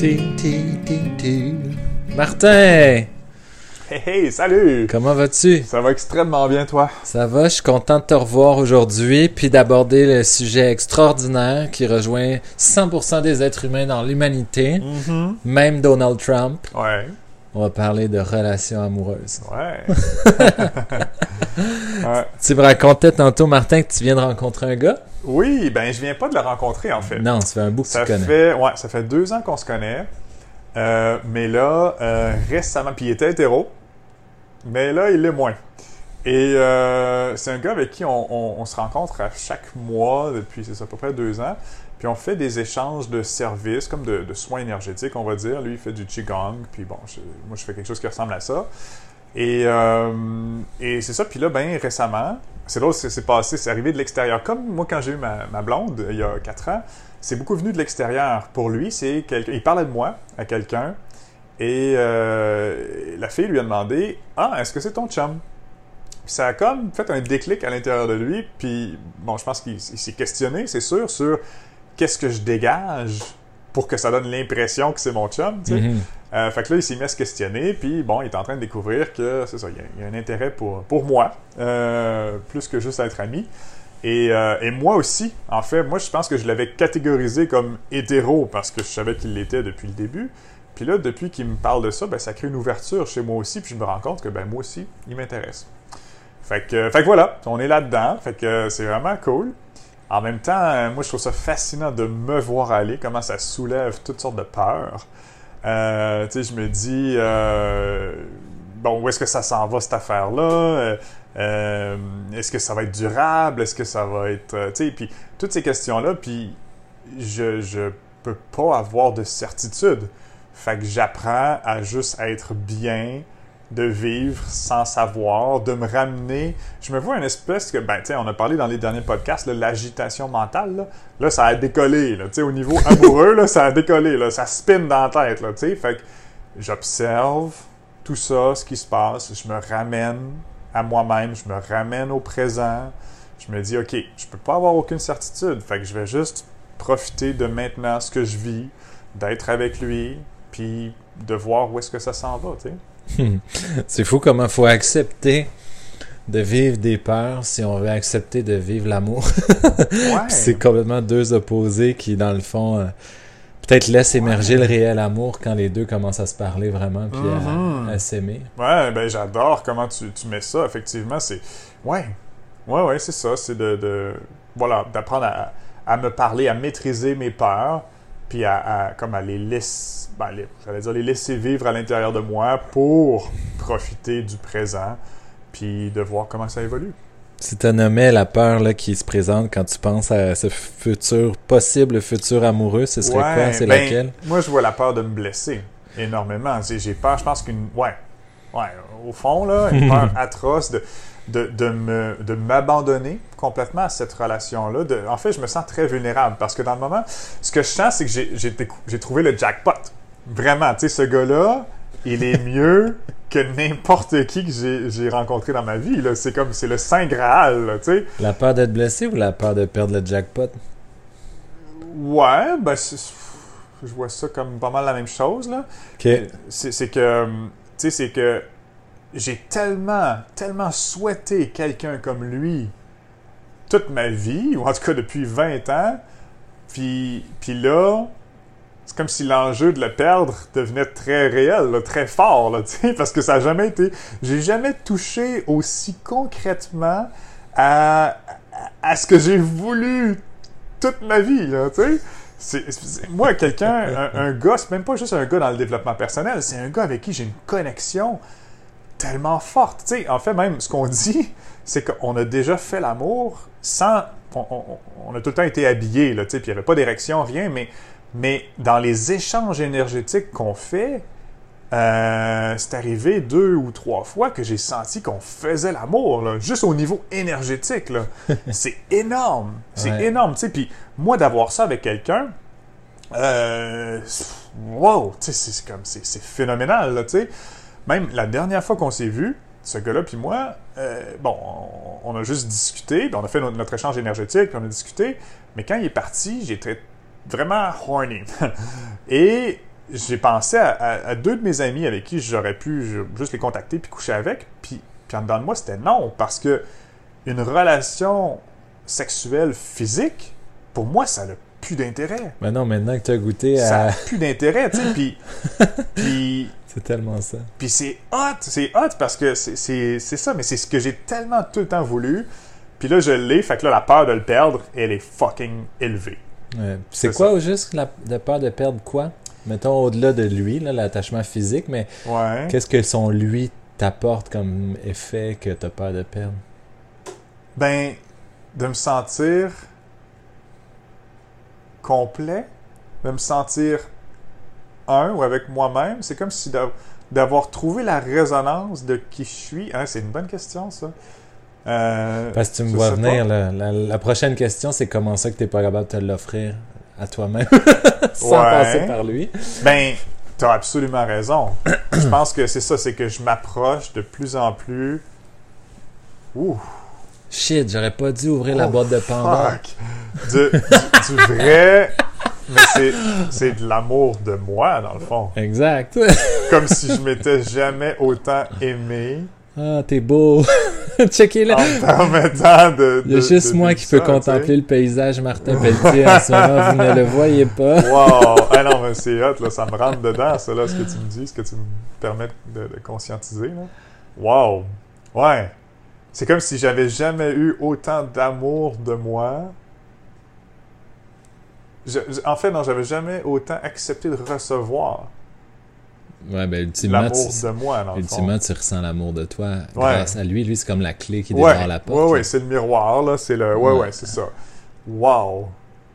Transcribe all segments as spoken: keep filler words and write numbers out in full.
Ti, ti, ti, ti. Martin! Hey, hey, salut! Comment vas-tu? Ça va extrêmement bien, toi? Ça va, je suis content de te revoir aujourd'hui, puis d'aborder le sujet extraordinaire qui rejoint cent pour cent des êtres humains dans l'humanité, Mm-hmm. même Donald Trump. Ouais. On va parler de relations amoureuses. Ouais. ouais. Tu me racontais tantôt, Martin, que tu viens de rencontrer un gars? Oui, ben je viens pas de le rencontrer, en fait. Non, ça fait un bout que ça tu connais. Fait, ouais, ça fait deux ans qu'on se connaît. Euh, mais là, euh, récemment, puis il était hétéro, mais là, il l'est moins. Et euh, c'est un gars avec qui on, on, on se rencontre à chaque mois depuis, c'est ça, à peu près deux ans. Puis on fait des échanges de services, comme de, de soins énergétiques, on va dire. Lui, il fait du Qigong, puis bon, je, moi, je fais quelque chose qui ressemble à ça. Et, euh, et c'est ça, puis là, ben récemment, c'est drôle, c'est, c'est passé, c'est arrivé de l'extérieur. Comme moi, quand j'ai eu ma, ma blonde, il y a quatre ans, c'est beaucoup venu de l'extérieur. Pour lui, c'est quelqu'un, il parlait de moi à quelqu'un, et euh, la fille lui a demandé « Ah, est-ce que c'est ton chum? » Puis ça a comme fait un déclic à l'intérieur de lui, puis bon, je pense qu'il il s'est questionné, c'est sûr, sur qu'est-ce que je dégage pour que ça donne l'impression que c'est mon chum, tu sais. Mm-hmm. Euh, fait que là, il s'est mis à se questionner, puis bon, il est en train de découvrir que, c'est ça, il y a, il y a un intérêt pour, pour moi, euh, plus que juste être ami. Et, euh, et moi aussi, en fait, moi, je pense que je l'avais catégorisé comme hétéro, parce que je savais qu'il l'était depuis le début. Puis là, depuis qu'il me parle de ça, ben, ça crée une ouverture chez moi aussi, puis je me rends compte que, ben, moi aussi, il m'intéresse. Fait que, fait que voilà, on est là-dedans, fait que c'est vraiment cool. En même temps, moi, je trouve ça fascinant de me voir aller, comment ça soulève toutes sortes de peurs. Euh, tu sais, je me dis, euh, bon, où est-ce que ça s'en va, cette affaire-là? Euh, est-ce que ça va être durable? Est-ce que ça va être... Euh, tu sais, puis toutes ces questions-là, puis je, je peux pas avoir de certitude. Fait que j'apprends à juste être bien, de vivre sans savoir, de me ramener. Je me vois une espèce que, ben, tu sais, on a parlé dans les derniers podcasts, là, l'agitation mentale, là, là ça a décollé, là, tu sais, au niveau amoureux, là, ça a décollé, là, ça spin dans la tête, là, tu sais, fait que j'observe tout ça, ce qui se passe, je me ramène à moi-même, je me ramène au présent, je me dis, OK, je peux pas avoir aucune certitude, fait que je vais juste profiter de maintenant ce que je vis, d'être avec lui, puis de voir où est-ce que ça s'en va, tu sais. C'est fou comment il faut accepter de vivre des peurs si on veut accepter de vivre l'amour. Ouais. C'est complètement deux opposés qui, dans le fond, euh, peut-être laissent émerger ouais. le réel amour quand les deux commencent à se parler vraiment puis mm-hmm. à, à s'aimer. Ouais, ben j'adore comment tu, tu mets ça. Effectivement, c'est... Ouais, ouais, ouais, c'est ça. C'est de... de... Voilà, d'apprendre à, à me parler, à maîtriser mes peurs, puis à, à, comme à les laisser... Ben, les, j'allais dire les laisser vivre à l'intérieur de moi pour profiter du présent puis de voir comment ça évolue. Si tu nommais la peur là, qui se présente quand tu penses à ce futur, possible futur amoureux, ce serait ouais, quoi? C'est ben, laquelle? Moi, je vois la peur de me blesser énormément. J'ai, j'ai peur, je pense qu'une... Ouais, ouais, au fond, là, une peur atroce de... De, de, me, de m'abandonner complètement à cette relation-là. De, en fait, je me sens très vulnérable parce que dans le moment, ce que je sens, c'est que j'ai, j'ai, j'ai trouvé le jackpot. Vraiment, tu sais, ce gars-là, il est mieux que n'importe qui que j'ai, j'ai rencontré dans ma vie. Là. C'est comme, c'est le Saint Graal, là, tu sais. La peur d'être blessé ou la peur de perdre le jackpot? Ouais, ben, c'est, je vois ça comme pas mal la même chose, là. Okay. C'est, c'est que, tu sais, c'est que j'ai tellement, tellement souhaité quelqu'un comme lui toute ma vie, ou en tout cas depuis vingt ans, puis, puis là, c'est comme si l'enjeu de le perdre devenait très réel, là, très fort, là, parce que ça n'a jamais été... J'ai jamais touché aussi concrètement à, à ce que j'ai voulu toute ma vie, là, tu sais. C'est, c'est, moi, quelqu'un, un, un gars, c'est même pas juste un gars dans le développement personnel, c'est un gars avec qui j'ai une connexion tellement forte. Tu sais, en fait, même, ce qu'on dit, c'est qu'on a déjà fait l'amour sans... On, on, on a tout le temps été habillés, là, tu sais, puis il n'y avait pas d'érection, rien, mais, mais dans les échanges énergétiques qu'on fait, euh, c'est arrivé deux ou trois fois que j'ai senti qu'on faisait l'amour, là, juste au niveau énergétique, là. C'est énorme. C'est ouais. énorme, tu sais. Puis moi, d'avoir ça avec quelqu'un, euh, wow, tu sais, c'est, c'est comme... C'est, c'est phénoménal, là, tu sais. Même la dernière fois qu'on s'est vus, ce gars-là puis moi, euh, bon, on, on a juste discuté, puis on a fait notre, notre échange énergétique, puis on a discuté, mais quand il est parti, j'étais vraiment horny. Et j'ai pensé à, à, à deux de mes amis avec qui j'aurais pu je, juste les contacter puis coucher avec, puis, puis en dedans de moi, c'était non, parce que une relation sexuelle physique, pour moi, ça n'a plus d'intérêt. Mais non, maintenant que tu as goûté à... Ça n'a plus d'intérêt, tu sais, puis... puis c'est tellement ça. Puis c'est hot, c'est hot parce que c'est, c'est, c'est ça, mais c'est ce que j'ai tellement tout le temps voulu. Puis là, je l'ai, fait que là, la peur de le perdre, elle est fucking élevée. Ouais. C'est, c'est quoi ça. Au juste la, la peur de perdre quoi? Mettons au-delà de lui, là, l'attachement physique, mais ouais. Qu'est-ce que son lui t'apporte comme effet que tu as peur de perdre? Ben, de me sentir complet, de me sentir un ou avec moi-même. C'est comme si d'avoir trouvé la résonance de qui je suis. Hein, c'est une bonne question, ça. Euh, Parce que tu me vois venir, la, la, la prochaine question, c'est comment ça que tu n'es pas capable de te l'offrir à toi-même sans ouais. passer par lui. Ben, tu as absolument raison. Je pense que c'est ça, c'est que je m'approche de plus en plus. Ouh. Shit, j'aurais pas dû ouvrir oh, la boîte de Pandore. Du, du, du vrai, mais c'est, c'est de l'amour de moi, dans le fond. Exact. Comme si je m'étais jamais autant aimé. Ah, t'es beau. Checkez-le. En me permettant de, de... Il y a juste de, moi de qui ça, peux contempler le paysage Martin Pelletier en ce moment. Vous ne le voyez pas. Wow! Ah non, mais c'est hot, là. Ça me rentre dedans, ça, là, ce que tu me dis, ce que tu me permets de, de conscientiser, là. Wow! Ouais! C'est comme si j'avais jamais eu autant d'amour de moi. Je, en fait, non, j'avais jamais autant accepté de recevoir. Ouais, ben ultimement, l'amour tu, de moi, dans le ultimement, fond. tu ressens l'amour de toi ouais. grâce à lui. Lui, c'est comme la clé qui démarre ouais. la porte. Ouais, là. ouais, c'est le miroir, là. C'est le... Ouais, ouais, ouais c'est ça. Wow!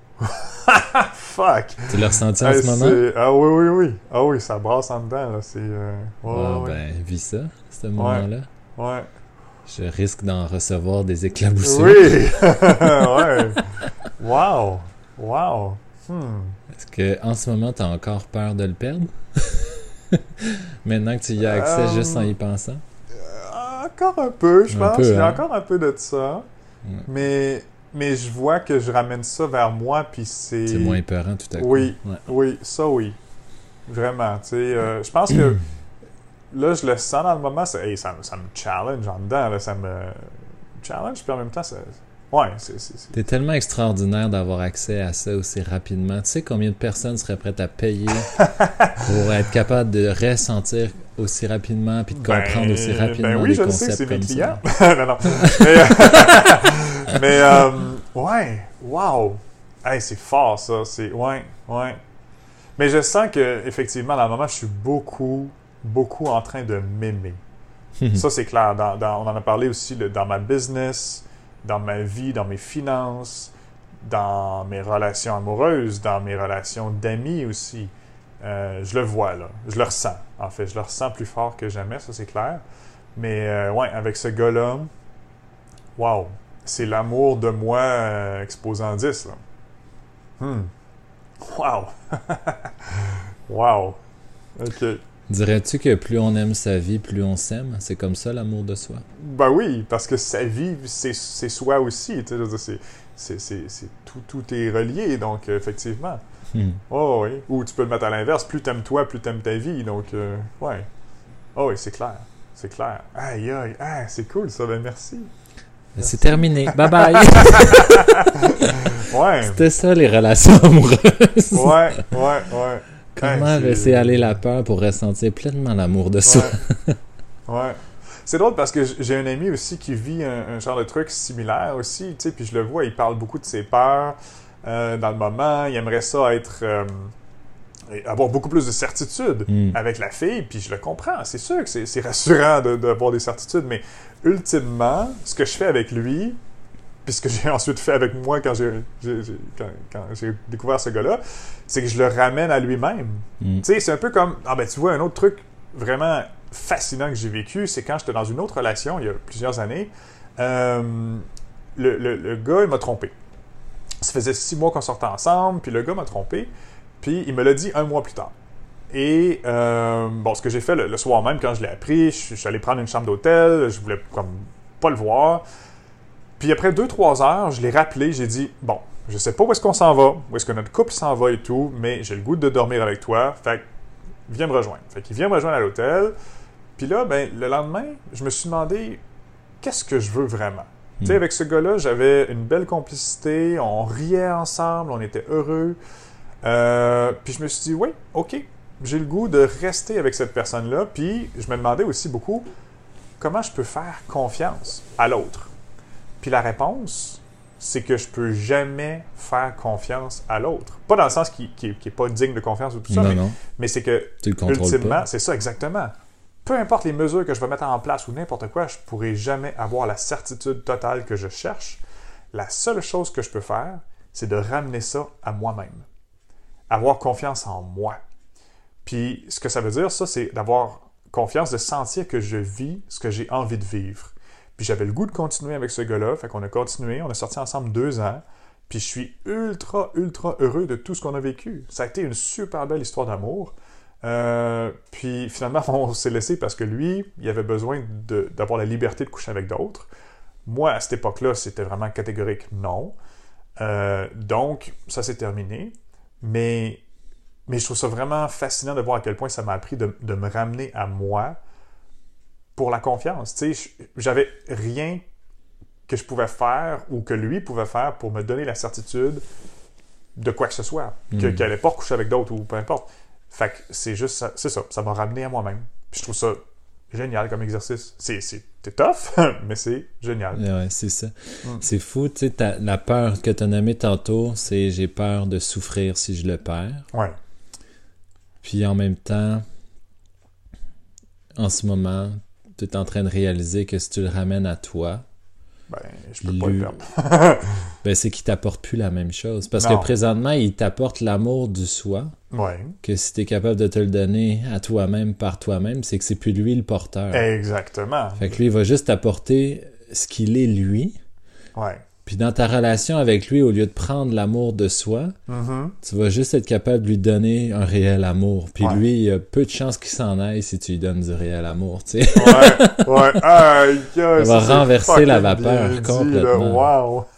Fuck! Tu l'as ressenti en hey, ce moment? C'est... Ah oui, oui, oui. Ah oui, ça brasse en dedans, là. C'est... Euh... Ouais, oh, ouais, ben, vis ça, ce moment-là. Ouais. ouais. Je risque d'en recevoir des éclaboussures. Oui! ouais! Wow! Wow! Hmm. Est-ce qu'en ce moment, tu as encore peur de le perdre? Maintenant que tu y as accès euh, juste en y pensant? Euh, encore un peu, je un pense. Peu, Il y a hein? encore un peu de ça. Ouais. Mais, mais je vois que je ramène ça vers moi, puis c'est... C'est moins épeurant tout à coup. Oui, ouais. oui, ça oui. Vraiment, tu sais. Euh, je pense que là, je le sens dans le moment, ça, hey, ça, ça me challenge en dedans, là, ça me challenge, puis en même temps, ça... Ouais, c'est... c'est, c'est... T'es tellement extraordinaire d'avoir accès à ça aussi rapidement. Tu sais combien de personnes seraient prêtes à payer pour être capable de ressentir aussi rapidement puis de comprendre ben, aussi rapidement ben oui, des je concepts le sais, c'est comme mes clients. ça. non, non. Mais, mais euh, ouais, wow. Hey, c'est fort, ça. C'est, ouais, ouais. Mais je sens que effectivement, dans le moment, je suis beaucoup, beaucoup en train de m'aimer. Ça, c'est clair. Dans, dans, on en a parlé aussi là, dans ma business, dans ma vie, dans mes finances, dans mes relations amoureuses, dans mes relations d'amis aussi. Euh, je le vois, là. Je le ressens, en fait. Je le ressens plus fort que jamais, ça, c'est clair. Mais, euh, ouais, avec ce gars-là, wow! C'est l'amour de moi euh, exposé en dix, là. Hmm. Wow! Wow! OK. Dirais-tu que plus on aime sa vie, plus on s'aime? C'est comme ça, l'amour de soi? Ben oui, parce que sa vie, c'est, c'est soi aussi. Tu sais, c'est, c'est, c'est, c'est tout, tout est relié, donc effectivement. Hmm. Oh oui. Ou tu peux le mettre à l'inverse. Plus t'aimes toi, plus t'aimes ta vie. Donc, euh, ouais. Oh oui, c'est clair. C'est clair. Aïe, aïe. Ah, c'est cool, ça. Ben merci. merci. C'est terminé. Bye bye. ouais. C'était ça, les relations amoureuses. ouais, ouais, ouais. Comment hey, laisser aller la peur pour ressentir pleinement l'amour de soi? Ouais. ouais. C'est drôle parce que j'ai un ami aussi qui vit un, un genre de truc similaire aussi, tu sais, puis je le vois, il parle beaucoup de ses peurs euh, dans le moment, il aimerait ça être... Euh, avoir beaucoup plus de certitude mm. avec la fille, puis je le comprends, c'est sûr que c'est, c'est rassurant de, d'avoir des certitudes, mais ultimement, ce que je fais avec lui, puis ce que j'ai ensuite fait avec moi quand j'ai, j'ai, j'ai, quand, quand j'ai découvert ce gars-là, c'est que je le ramène à lui-même. Mm. Tu sais, c'est un peu comme... Ah ben tu vois, un autre truc vraiment fascinant que j'ai vécu, c'est quand j'étais dans une autre relation, il y a plusieurs années, euh, le, le, le gars, il m'a trompé. Ça faisait six mois qu'on sortait ensemble, puis le gars m'a trompé, puis il me l'a dit un mois plus tard. Et, euh, bon, ce que j'ai fait le, le soir même, quand je l'ai appris, je, je suis allé prendre une chambre d'hôtel, je voulais comme pas le voir. Puis après deux, trois heures, je l'ai rappelé, j'ai dit, bon, je sais pas où est-ce qu'on s'en va, où est-ce que notre couple s'en va et tout, mais j'ai le goût de dormir avec toi, fait viens me rejoindre. Fait qu'il vient me rejoindre à l'hôtel. Puis là, ben, le lendemain, je me suis demandé, qu'est-ce que je veux vraiment? Mm. Tu sais, avec ce gars-là, j'avais une belle complicité, on riait ensemble, on était heureux. Euh, puis je me suis dit, oui, OK, j'ai le goût de rester avec cette personne-là. Puis je me demandais aussi beaucoup, comment je peux faire confiance à l'autre? Puis la réponse, c'est que je peux jamais faire confiance à l'autre. Pas dans le sens qui n'est qui, qui pas digne de confiance ou tout ça, non, mais, non. mais c'est que, ultimement, c'est ça exactement. Peu importe les mesures que je vais mettre en place ou n'importe quoi, je ne pourrai jamais avoir la certitude totale que je cherche. La seule chose que je peux faire, c'est de ramener ça à moi-même. Avoir confiance en moi. Puis, ce que ça veut dire, ça, c'est d'avoir confiance, de sentir que je vis ce que j'ai envie de vivre. Puis j'avais le goût de continuer avec ce gars-là, fait qu'on a continué, on a sorti ensemble deux ans, puis je suis ultra, ultra heureux de tout ce qu'on a vécu. Ça a été une super belle histoire d'amour. Euh, puis finalement, on s'est laissé parce que lui, il avait besoin de, d'avoir la liberté de coucher avec d'autres. Moi, à cette époque-là, c'était vraiment catégorique non. Euh, donc, ça s'est terminé. Mais, mais je trouve ça vraiment fascinant de voir à quel point ça m'a appris de, de me ramener à moi pour la confiance. Tu sais, j'avais rien que je pouvais faire ou que lui pouvait faire pour me donner la certitude de quoi que ce soit, mm. que, qu'il n'allait pas recoucher avec d'autres ou peu importe. Fait que c'est juste ça, c'est ça, ça m'a ramené à moi-même. Puis je trouve ça génial comme exercice. C'est, c'est, c'est tough, mais c'est génial. Ouais, c'est ça. Mm. C'est fou, tu sais, la peur que tu as nommée tantôt, c'est j'ai peur de souffrir si je le perds. Ouais. Puis en même temps, en ce moment, tu es en train de réaliser que si tu le ramènes à toi, ben, je peux lui... pas le perdre. ben, c'est qu'il t'apporte plus la même chose. Parce non. que présentement, il t'apporte l'amour du soi. Ouais. Que si tu es capable de te le donner à toi-même par toi-même, c'est que c'est plus lui le porteur. Exactement. Fait que lui, il va juste t'apporter ce qu'il est lui. Ouais. Puis dans ta relation avec lui, au lieu de prendre l'amour de soi, mm-hmm. tu vas juste être capable de lui donner un réel amour. Puis ouais. lui, il y a peu de chances qu'il s'en aille si tu lui donnes du réel amour, tu sais. Ouais, ouais. Aïe, aïe, ça va renverser la vapeur dit, complètement. Wow!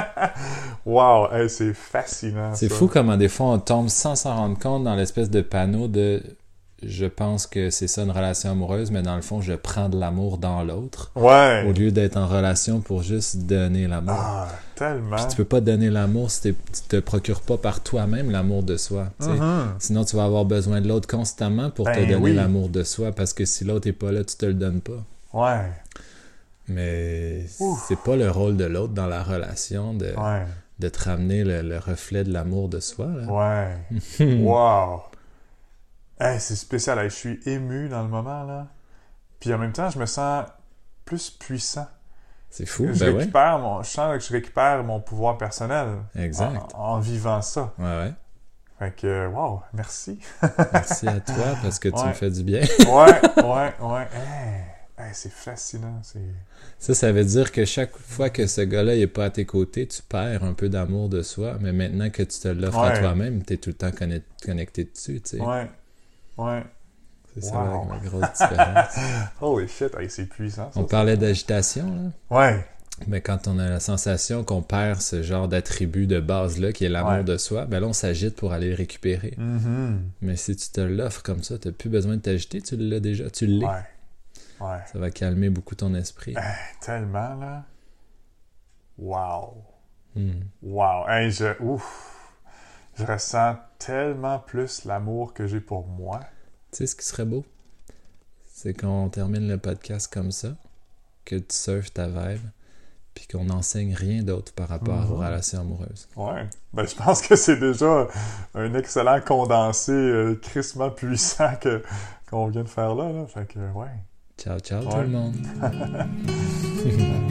Wow! Hey, c'est fascinant, C'est ça. fou comment des fois on tombe sans s'en rendre compte dans l'espèce de panneau de je pense que c'est ça une relation amoureuse, mais dans le fond, je prends de l'amour dans l'autre. Ouais. Au lieu d'être en relation pour juste donner l'amour. Ah, tellement. Puis tu peux pas donner l'amour si tu te procures pas par toi-même l'amour de soi. Mm-hmm. Sinon, tu vas avoir besoin de l'autre constamment pour ben te donner oui. l'amour de soi, parce que si l'autre est pas là, tu te le donnes pas. Ouais. Mais Ouf. c'est pas le rôle de l'autre dans la relation de, ouais. de te ramener le, le reflet de l'amour de soi. Là. Ouais. Wow! Hey, c'est spécial. Hey, je suis ému dans le moment, là. Puis en même temps, je me sens plus puissant. C'est fou, je ben récupère ouais. mon, je sens que je récupère mon pouvoir personnel. Exact. En, en vivant ça. Ouais, ouais. Fait que, wow, merci. Merci à toi, parce que tu ouais. me fais du bien. ouais, ouais, ouais. Hey, hey, c'est fascinant. C'est... Ça, ça veut dire que chaque fois que ce gars-là n'est pas à tes côtés, tu perds un peu d'amour de soi, mais maintenant que tu te l'offres ouais. à toi-même, tu es tout le temps connecté, connecté dessus, tu sais. Ouais. Ouais. C'est wow. ça la, la grosse différence. Holy shit, hey, c'est puissant. Ça, on ça. parlait d'agitation, là. Ouais. Mais quand on a la sensation qu'on perd ce genre d'attribut de base-là, qui est l'amour ouais. de soi, ben là, on s'agite pour aller le récupérer. Mm-hmm. Mais si tu te l'offres comme ça, tu n'as plus besoin de t'agiter, tu l'as déjà, tu l'es. Ouais. Ouais. Ça va calmer beaucoup ton esprit. Hey, tellement, là. Wow. Mm. Wow. Hey, je... Ouf. Je ressens tellement plus l'amour que j'ai pour moi. Tu sais ce qui serait beau? C'est qu'on termine le podcast comme ça, que tu surfes ta vibe, puis qu'on n'enseigne rien d'autre par rapport mm-hmm. aux relations amoureuses. Ouais. Ben, je pense que c'est déjà un excellent condensé euh, crissement puissant que, qu'on vient de faire là, là. Fait que, ouais. Ciao, ciao ouais. tout le monde!